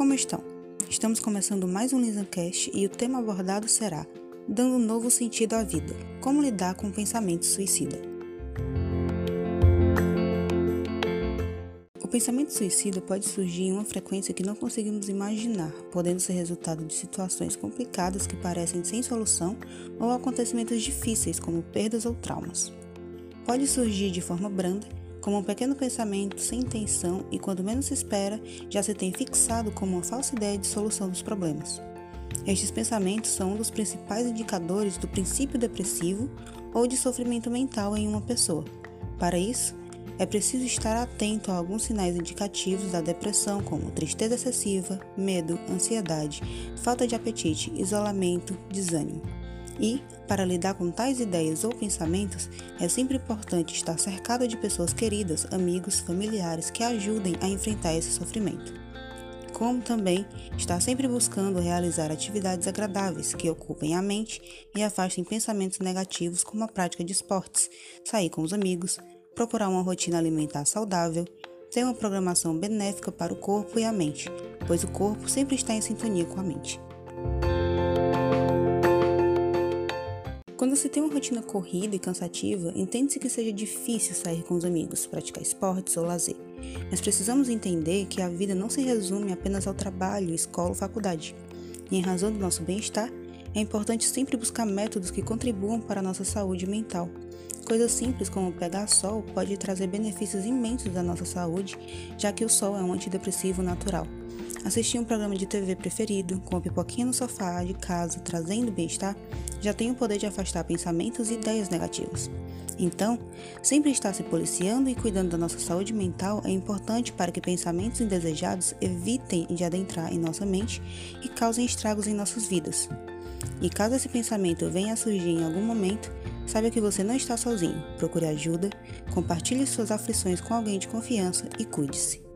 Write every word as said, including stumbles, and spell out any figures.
Como estão? Estamos começando mais um LisanCast e o tema abordado será Dando um novo sentido à vida, como lidar com o pensamento suicida. O pensamento suicida pode surgir em uma frequência que não conseguimos imaginar, podendo ser resultado de situações complicadas que parecem sem solução ou acontecimentos difíceis como perdas ou traumas. Pode surgir de forma branda, como um pequeno pensamento sem intenção e quando menos se espera, já se tem fixado como uma falsa ideia de solução dos problemas. Estes pensamentos são um dos principais indicadores do princípio depressivo ou de sofrimento mental em uma pessoa. Para isso, é preciso estar atento a alguns sinais indicativos da depressão, como tristeza excessiva, medo, ansiedade, falta de apetite, isolamento, desânimo. E, para lidar com tais ideias ou pensamentos, é sempre importante estar cercado de pessoas queridas, amigos, familiares que ajudem a enfrentar esse sofrimento. Como também estar sempre buscando realizar atividades agradáveis que ocupem a mente e afastem pensamentos negativos, como a prática de esportes, sair com os amigos, procurar uma rotina alimentar saudável, ter uma programação benéfica para o corpo e a mente, pois o corpo sempre está em sintonia com a mente. Quando se tem uma rotina corrida e cansativa, entende-se que seja difícil sair com os amigos, praticar esportes ou lazer. Mas precisamos entender que a vida não se resume apenas ao trabalho, escola ou faculdade. E em razão do nosso bem-estar, é importante sempre buscar métodos que contribuam para a nossa saúde mental. Coisas simples como pegar sol pode trazer benefícios imensos à nossa saúde, já que o sol é um antidepressivo natural. Assistir um programa de T V preferido, com a pipoquinha no sofá de casa, trazendo bem-estar, já tem o poder de afastar pensamentos e ideias negativas. Então, sempre estar se policiando e cuidando da nossa saúde mental é importante para que pensamentos indesejados evitem de adentrar em nossa mente e causem estragos em nossas vidas. E caso esse pensamento venha a surgir em algum momento, saiba que você não está sozinho, procure ajuda, compartilhe suas aflições com alguém de confiança e cuide-se.